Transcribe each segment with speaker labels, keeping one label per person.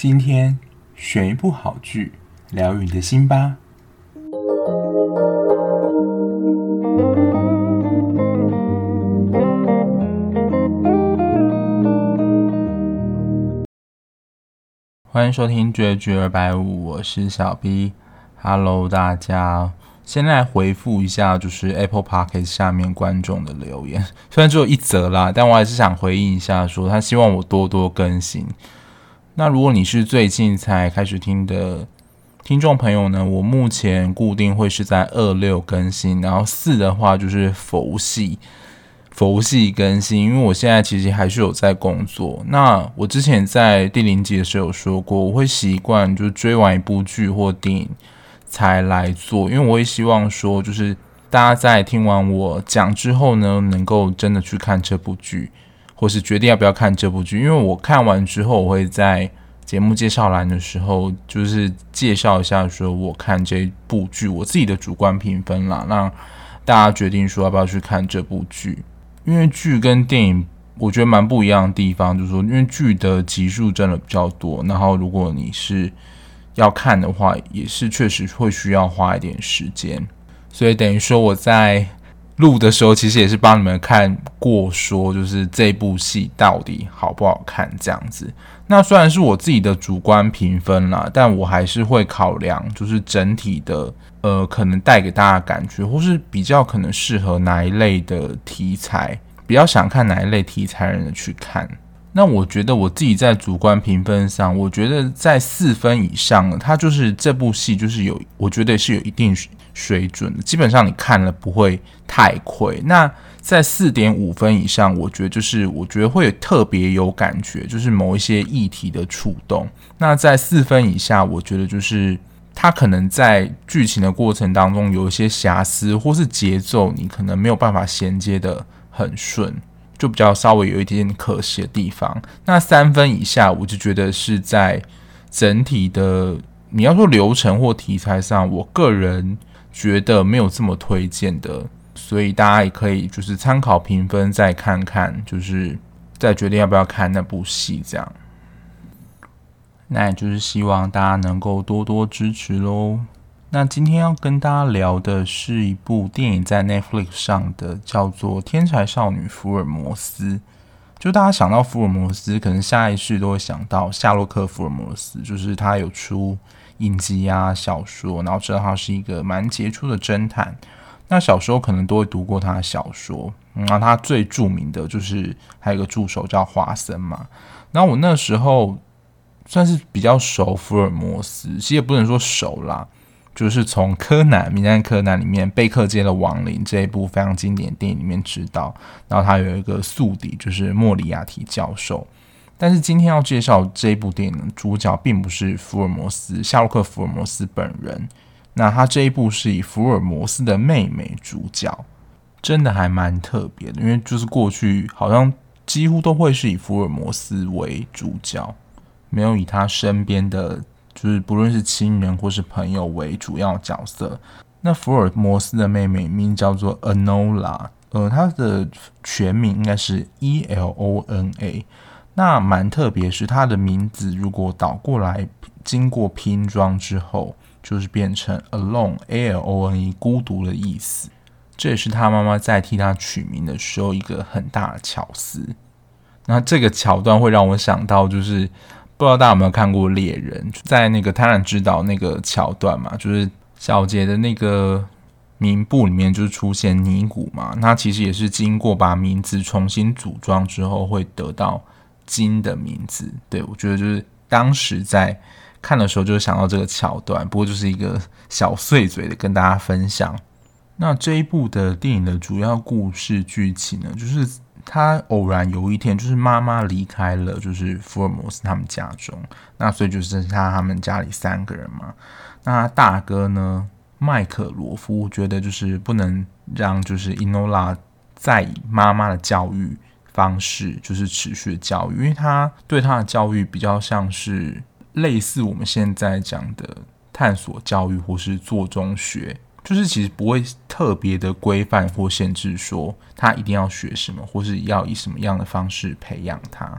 Speaker 1: 今天选一部好剧，疗愈你的心吧。欢迎收听追剧250，我是小 B。Hello， 大家。先来回复一下，就是 Apple Podcast 下面观众的留言，虽然只有一则啦，但我还是想回应一下，说他希望我多多更新。那如果你是最近才开始听的听众朋友呢，我目前固定会是在2、6更新，然后4的话就是佛系更新，因为我现在其实还是有在工作。那我之前在第0集的时候有说过，我会习惯就是追完一部剧或电影才来做，因为我会希望说，就是大家在听完我讲之后呢，能够真的去看这部剧，或是决定要不要看这部剧。因为我看完之后，我会在节目介绍栏的时候，就是介绍一下说我看这部剧我自己的主观评分啦，让大家决定说要不要去看这部剧。因为剧跟电影我觉得蛮不一样的地方，就是说，因为剧的集数真的比较多，然后如果你是要看的话，也是确实会需要花一点时间，所以等于说我在录的时候，其实也是帮你们看过说，就是这部戏到底好不好看这样子。那虽然是我自己的主观评分啦，但我还是会考量，就是整体的可能带给大家的感觉，或是比较可能适合哪一类的题材，比较想看哪一类题材的人去看。那我觉得我自己在主观评分上，我觉得在4分以上，它就是这部戏就是我觉得是有一定水准的，基本上你看了不会太亏。那在 4.5 分以上，我觉得会特别有感觉，就是某一些议题的触动。那在4分以下，我觉得就是它可能在剧情的过程当中有一些瑕疵，或是节奏你可能没有办法衔接的很顺，就比较稍微有一点可惜的地方。那3分以下，我就觉得是在整体的你要说流程或题材上，我个人觉得没有这么推荐的，所以大家也可以就是参考评分再看看，就是再决定要不要看那部戏这样。那也就是希望大家能够多多支持咯。那今天要跟大家聊的是一部电影在 Netflix 上的，叫做《天才少女福尔摩斯》。就大家想到福尔摩斯，可能下意识都会想到夏洛克·福尔摩斯，就是他有出影集啊、小说，然后知道他是一个蛮杰出的侦探。那小时候可能都会读过他的小说，然后他最著名的就是还有一个助手叫华森嘛。然后我那时候算是比较熟福尔摩斯，其实也不能说熟啦，就是从名侦探柯南里面贝克街的亡灵这一部非常经典的电影里面知道，然后他有一个宿敌就是莫里亚蒂教授。但是今天要介绍这一部电影的主角并不是夏洛克·福尔摩斯本人，那他这一部是以福尔摩斯的妹妹主角，真的还蛮特别的，因为就是过去好像几乎都会是以福尔摩斯为主角，没有以他身边的就是不论是亲人或是朋友为主要角色。那福尔摩斯的妹妹名叫做 Enola，她的全名应该是 Elona。那蛮特别是她的名字如果倒过来经过拼装之后，就是变成 Alone Alone 孤独的意思。这也是她妈妈在替她取名的时候一个很大的巧思。那这个桥段会让我想到，就是不知道大家有没有看过猎人，在那个贪婪之岛那个桥段嘛，就是小杰的那个名簿里面就是出现尼古嘛，那其实也是经过把名字重新组装之后会得到金的名字。对，我觉得就是当时在看的时候就想到这个桥段，不过就是一个小碎嘴的跟大家分享。那这一部的电影的主要故事剧情呢，就是他偶然有一天，就是妈妈离开了，就是福尔摩斯他们家中，那所以就剩下他们家里3个人嘛。那大哥呢，麦克罗夫觉得就是不能让就是伊诺拉再以妈妈的教育方式就是持续的教育，因为他对他的教育比较像是类似我们现在讲的探索教育或是做中学，就是其实不会特别的规范或限制说他一定要学什么，或是要以什么样的方式培养他。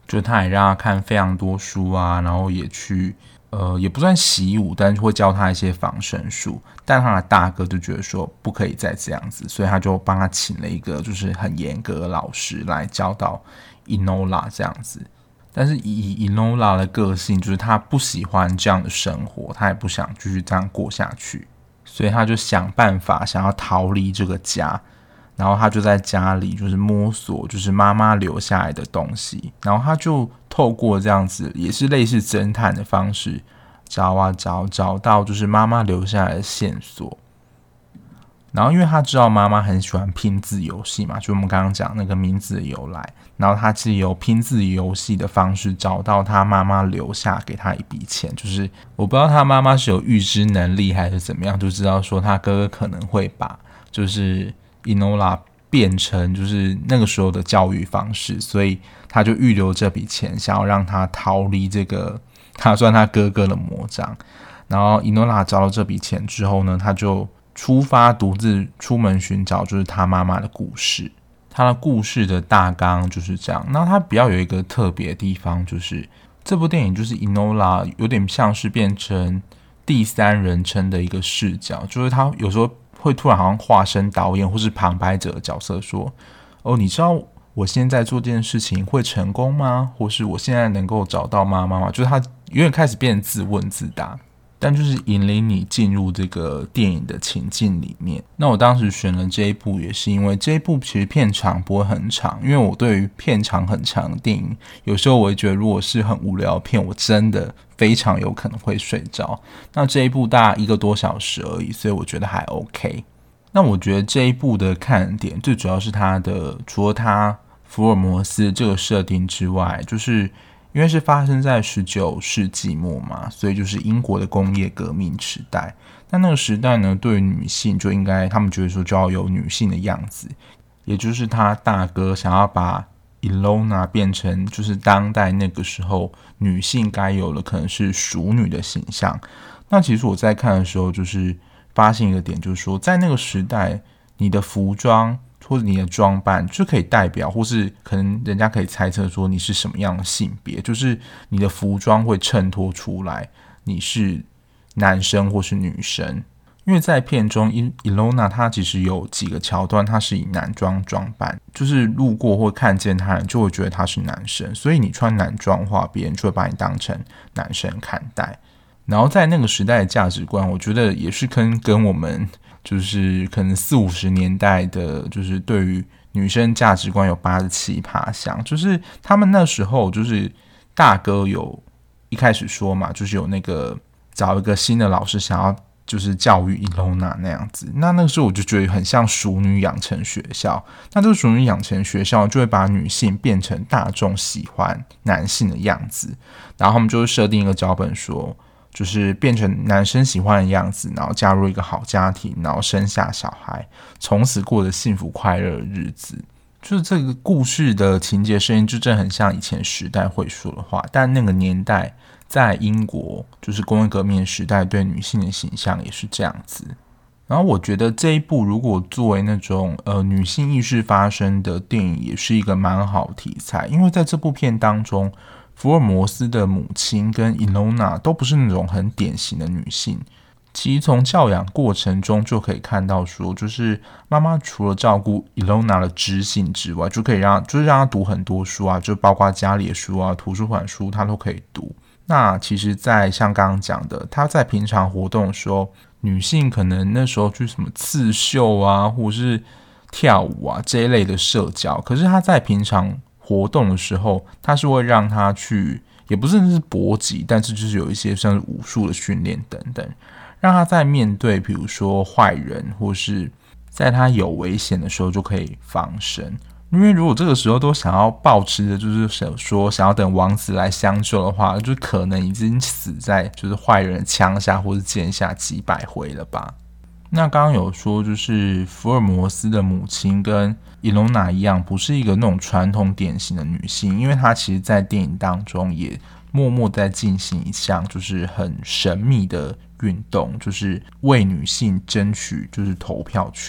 Speaker 1: 就他也让他看非常多书啊，然后也去也不算习武，但是会教他一些防身术。但他的大哥就觉得说不可以再这样子，所以他就帮他请了一个就是很严格的老师来教导 Enola 这样子。但是以 Enola 的个性，就是他不喜欢这样的生活，他也不想继续这样过下去，所以他就想办法想要逃离这个家。然后他就在家里就是摸索，就是妈妈留下来的东西，然后他就透过这样子也是类似侦探的方式找啊找到就是妈妈留下来的线索。然后因为他知道妈妈很喜欢拼字游戏嘛，就我们刚刚讲那个名字的由来，然后他是由拼字游戏的方式找到他妈妈留下给他一笔钱，就是我不知道他妈妈是有预知能力还是怎么样，就知道说他哥哥可能会把就是Enola 变成就是那个时候的教育方式，所以他就预留这笔钱，想要让他逃离这个他算他哥哥的魔掌。然后 Enola 找到这笔钱之后呢，他就出发独自出门寻找就是他妈妈的故事。他的故事的大纲就是这样。那他比较有一个特别的地方，就是这部电影就是 Enola 有点像是变成第三人称的一个视角，就是他有时候会突然好像化身导演或是旁白者的角色说，哦，你知道我现在做这件事情会成功吗？或是我现在能够找到妈妈吗？就是他有点开始变自问自答，但就是引领你进入这个电影的情境里面。那我当时选了这一部也是因为这一部其实片长不会很长，因为我对于片长很长的电影有时候我会觉得如果是很无聊的片，我真的非常有可能会睡着。那这一部大概1个多小时而已，所以我觉得还 OK。 那我觉得这一部的看点最主要是它的除了它福尔摩斯这个设定之外，就是因为是发生在19世纪末嘛，所以就是英国的工业革命时代。那个时代呢，对于女性就应该他们觉得说就要有女性的样子，也就是他大哥想要把 Enola 变成就是当代那个时候女性该有的可能是淑女的形象。那其实我在看的时候就是发现一个点，就是说在那个时代你的服装或者你的装扮就可以代表，或是可能人家可以猜测说你是什么样的性别，就是你的服装会衬托出来你是男生或是女生。因为在片中 Enola 她其实有几个桥段她是以男装装扮，就是路过或看见她人就会觉得她是男生，所以你穿男装的话别人就会把你当成男生看待。然后在那个时代的价值观，我觉得也是跟我们就是可能40-50年代的就是对于女生价值观有87%像，就是他们那时候就是大哥有一开始说嘛，就是有那个找一个新的老师想要就是教育 Enola 那样子。那个时候我就觉得很像淑女养成学校，那这个淑女养成学校就会把女性变成大众喜欢男性的样子，然后他们就会设定一个脚本说就是变成男生喜欢的样子，然后加入一个好家庭，然后生下小孩，从此过着幸福快乐的日子。就是这个故事的情节设定就真的很像以前时代会说的话，但那个年代在英国就是工业革命时代对女性的形象也是这样子。然后我觉得这一部如果作为那种女性意识发生的电影也是一个蛮好的题材，因为在这部片当中福尔摩斯的母亲跟 Enola 都不是那种很典型的女性。其实从教养过程中就可以看到说，就是妈妈除了照顾 Enola 的知性之外，就可以让她读很多书啊，就包括家里的书啊、图书馆书她都可以读。那其实在像刚刚讲的，她在平常活动的时候，女性可能那时候去什么刺绣啊或者是跳舞啊这一类的社交，可是她在平常活动的时候，他是会让他去，也不是搏击，但是就是有一些像是武术的训练等等，让他在面对比如说坏人或是在他有危险的时候就可以防身。因为如果这个时候都想要抱持的就是说想要等王子来相救的话，就可能已经死在就是坏人的枪下或是剑下几百回了吧。那刚刚有说就是福尔摩斯的母亲跟 Enola 一样不是一个那种传统典型的女性，因为她其实在电影当中也默默在进行一项就是很神秘的运动，就是为女性争取就是投票权。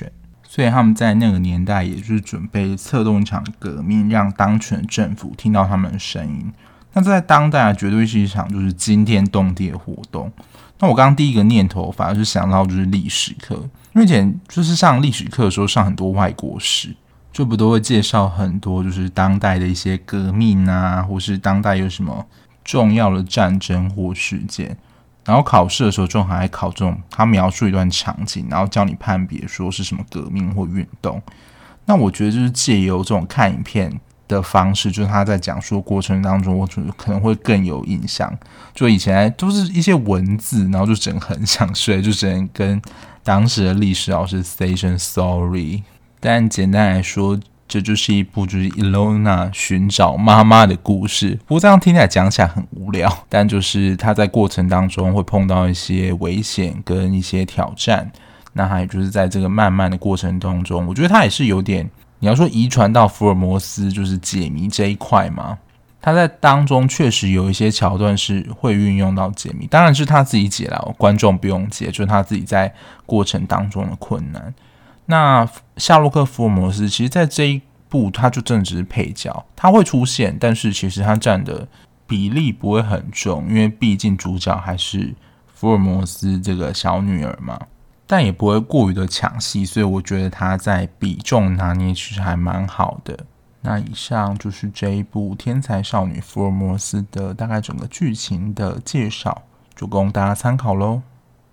Speaker 1: 所以他们在那个年代也就是准备策动一场革命，让当权政府听到他们的声音。那在当代绝对是一场就是惊天动地的活动。那我刚刚第一个念头反而是想到就是历史课，因为以前就是上历史课的时候上很多外国史，就不都会介绍很多就是当代的一些革命啊，或是当代有什么重要的战争或事件。然后考试的时候就还考这种他描述一段场景，然后教你判别说是什么革命或运动。那我觉得就是借由这种看影片的方式，就是他在讲述过程当中，我觉得可能会更有印象。就以前都是一些文字，然后就整个很想睡，就只能跟当时的历史老师 say sorry。但简单来说，这就是一部就是 Ilona 寻找妈妈的故事。不过这样听起来讲起来很无聊，但就是他在过程当中会碰到一些危险跟一些挑战。那还有就是在这个慢慢的过程当中，我觉得他也是有点，你要说遗传到福尔摩斯就是解谜这一块嘛，他在当中确实有一些桥段是会运用到解谜，当然是他自己解了，观众不用解，就是他自己在过程当中的困难。那夏洛克·福尔摩斯其实在这一部他就真的只是配角，他会出现，但是其实他占的比例不会很重，因为毕竟主角还是福尔摩斯这个小女儿嘛，但也不会过于的抢戏，所以我觉得他在比重拿捏其实还蛮好的。那以上就是这一部《天才少女福尔摩斯》的大概整个剧情的介绍，就供大家参考咯。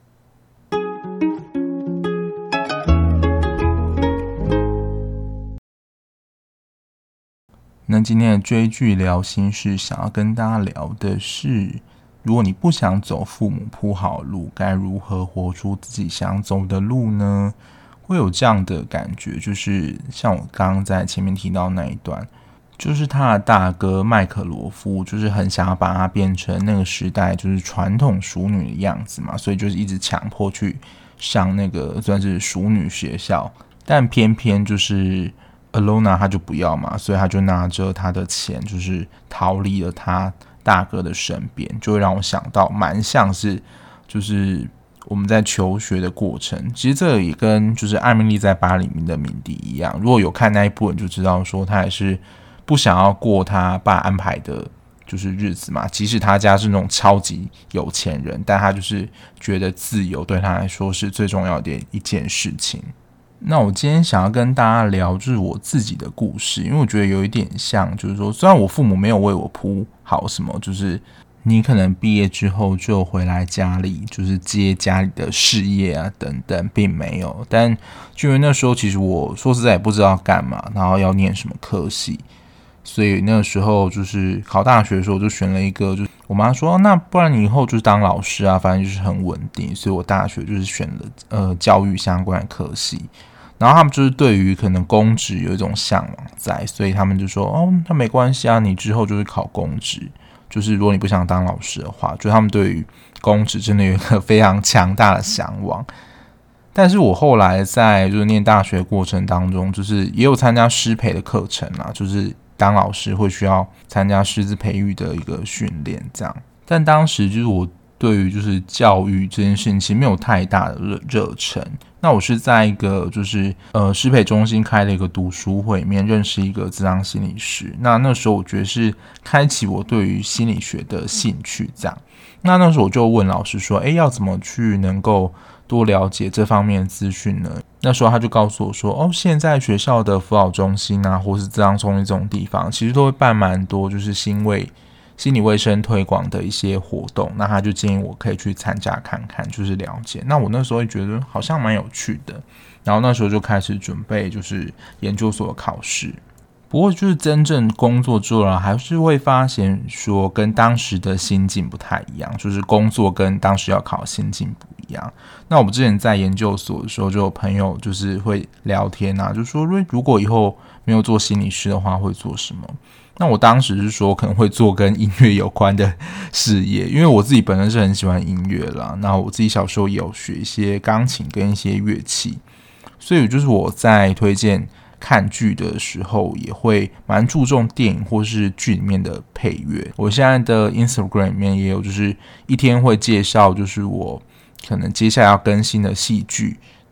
Speaker 1: 那今天的追剧聊心事想要跟大家聊的是，如果你不想走父母铺好路，该如何活出自己想走的路呢？会有这样的感觉，就是像我刚刚在前面提到那一段，就是他的大哥麦克罗夫就是很想要把他变成那个时代就是传统淑女的样子嘛，所以就是一直强迫去上那个算是淑女学校，但偏偏就是Ilona 他就不要嘛，所以他就拿着他的钱就是逃离了他大哥的身边，就会让我想到蛮像是就是我们在求学的过程。其实这个也跟就是艾米丽在巴黎的敏迪一样，如果有看那一部人就知道说他也是不想要过他爸安排的就是日子嘛，即使他家是那种超级有钱人，但他就是觉得自由对他来说是最重要的一件事情。那我今天想要跟大家聊就是我自己的故事，因为我觉得有一点像，就是说虽然我父母没有为我铺好什么，就是你可能毕业之后就回来家里就是接家里的事业啊等等，并没有。但就因为那时候其实我说实在也不知道干嘛，然后要念什么科系，所以那个时候就是考大学的时候就选了一个，就是我妈说那不然你以后就是当老师啊，反正就是很稳定，所以我大学就是选了教育相关的科系。然后他们就是对于可能公职有一种向往在，所以他们就说哦，那没关系啊，你之后就是考公职，就是如果你不想当老师的话，就他们对于公职真的有一个非常强大的向往。但是我后来在就是念大学的过程当中，就是也有参加师培的课程啦，就是当老师会需要参加师资培育的一个训练这样。但当时就是我对于就是教育这件事情其实没有太大的热忱。那我是在一个就是师培中心开了一个读书会里面认识一个諮商心理师，那时候我觉得是开启我对于心理学的兴趣这样。那时候我就问老师说要怎么去能够多了解这方面的资讯呢？那时候他就告诉我说现在学校的辅导中心啊或是諮商中心这种地方其实都会办蛮多就是心理卫生推广的一些活动，那他就建议我可以去参加看看，就是了解。那我那时候觉得好像蛮有趣的，然后那时候就开始准备就是研究所的考试。不过就是真正工作之后还是会发现说跟当时的心境不太一样，就是工作跟当时要考的心境不一样。那我们之前在研究所的时候就有朋友就是会聊天啊，就说如果以后没有做心理师的话会做什么。那我当时是说可能会做跟音乐有关的事业，因为我自己本身是很喜欢音乐啦，那我自己小时候也有学一些钢琴跟一些乐器，所以就是我在推荐看剧的时候也会蛮注重电影或是剧里面的配乐。我现在的 Instagram 里面也有就是一天会介绍就是我可能接下来要更新的戏剧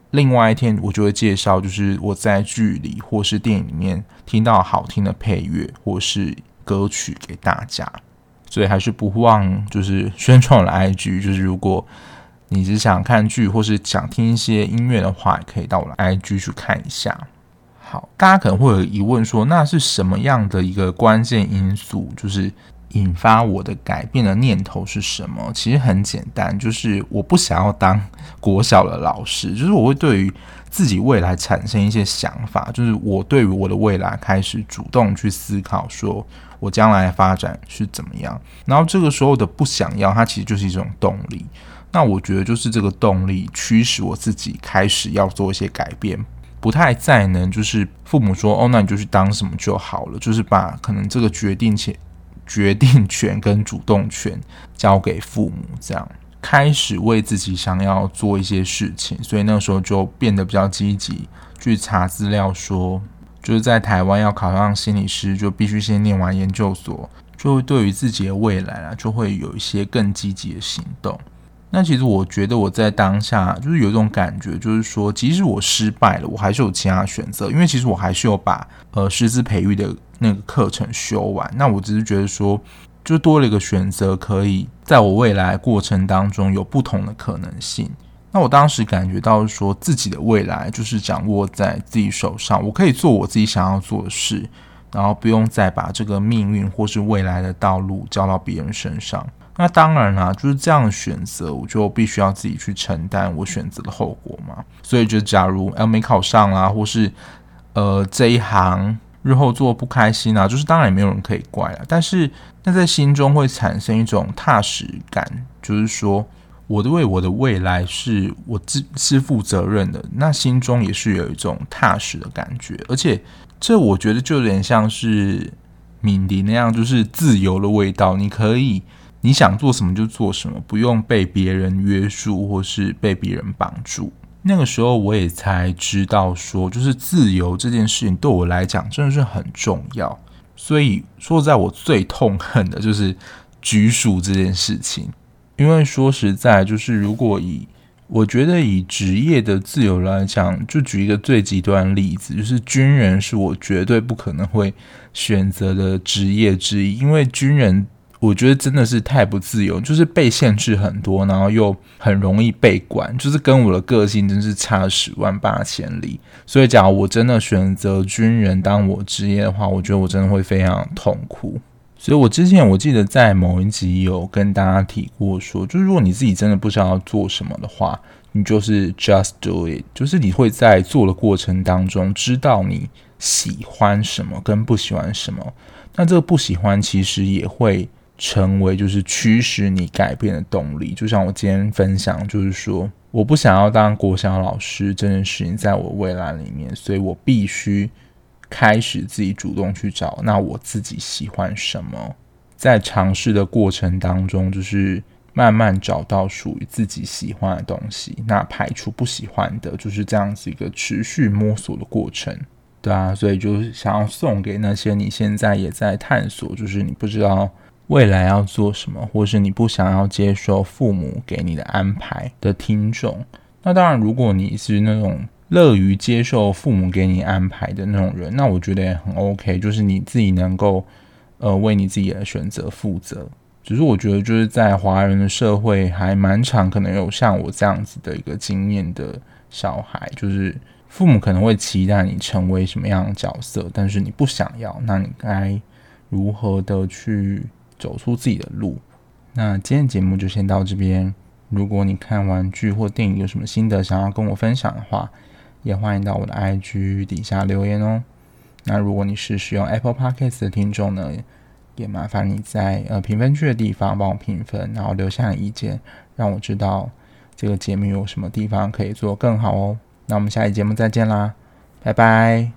Speaker 1: 另外一天我就会介绍，就是我在剧里或是电影里面听到好听的配乐或是歌曲给大家。所以还是不忘就是宣传我的 IG， 就是如果你只想看剧或是想听一些音乐的话，也可以到我的 IG 去看一下。好，大家可能会有疑问说，那是什么样的一个关键因素，就是引发我的改变的念头是什么？其实很简单，就是我不想要当国小的老师，就是我会对于自己未来产生一些想法，就是我对于我的未来开始主动去思考，说我将来的发展是怎么样。然后这个时候的不想要，它其实就是一种动力。那我觉得就是这个动力驱使我自己开始要做一些改变，不太再能就是父母说哦，那你就去当什么就好了，就是把可能这个决定权跟主动权交给父母，这样开始为自己想要做一些事情。所以那个时候就变得比较积极，去查资料说，就是在台湾要考上心理师，就必须先念完研究所，就会对于自己的未来就会有一些更积极的行动。那其实我觉得我在当下就是有一种感觉，就是说即使我失败了，我还是有其他的选择，因为其实我还是有把师资培育的那个课程修完。那我只是觉得说，就多了一个选择，可以在我未来过程当中有不同的可能性。那我当时感觉到说，自己的未来就是掌握在自己手上，我可以做我自己想要做的事，然后不用再把这个命运或是未来的道路交到别人身上。那当然啦，就是这样的选择，我就必须要自己去承担我选择的后果嘛。所以就假如没考上啦，或是这一行日后做不开心啊，就是当然也没有人可以怪啦。但是那在心中会产生一种踏实感，就是说我为我的未来是我是负责任的，那心中也是有一种踏实的感觉。而且这我觉得就有点像是敏迪那样，就是自由的味道，你想做什么就做什么，不用被别人约束或是被别人绑住。那个时候我也才知道说，就是自由这件事情对我来讲真的是很重要。所以说在我最痛恨的就是拘束这件事情。因为说实在，就是如果我觉得以职业的自由来讲，就举一个最极端的例子，就是军人是我绝对不可能会选择的职业之一。因为军人我觉得真的是太不自由，就是被限制很多，然后又很容易被管，就是跟我的个性真是差10万8千里。所以假如我真的选择军人当我职业的话，我觉得我真的会非常痛苦。所以我之前我记得在某一集有跟大家提过说，就是如果你自己真的不知道要做什么的话，你就是 just do it， 就是你会在做的过程当中知道你喜欢什么跟不喜欢什么，那这个不喜欢其实也会成为就是驱使你改变的动力。就像我今天分享，就是说我不想要当国小老师这件事情在我未来里面，所以我必须开始自己主动去找那我自己喜欢什么，在尝试的过程当中就是慢慢找到属于自己喜欢的东西，那排除不喜欢的，就是这样子一个持续摸索的过程。对啊，所以就是想要送给那些你现在也在探索，就是你不知道未来要做什么，或是你不想要接受父母给你的安排的听众。那当然如果你是那种乐于接受父母给你安排的那种人，那我觉得也很 OK， 就是你自己能够为你自己的选择负责。只是我觉得就是在华人的社会还蛮常可能有像我这样子的一个经验的小孩，就是父母可能会期待你成为什么样的角色，但是你不想要，那你该如何的去走出自己的路。那今天节目就先到这边，如果你看完剧或电影有什么心得想要跟我分享的话，也欢迎到我的 IG 底下留言哦。那如果你是使用 Apple Podcast 的听众呢，也麻烦你在评分区的地方帮我评分，然后留下意见，让我知道这个节目有什么地方可以做更好哦。那我们下期节目再见啦，拜拜。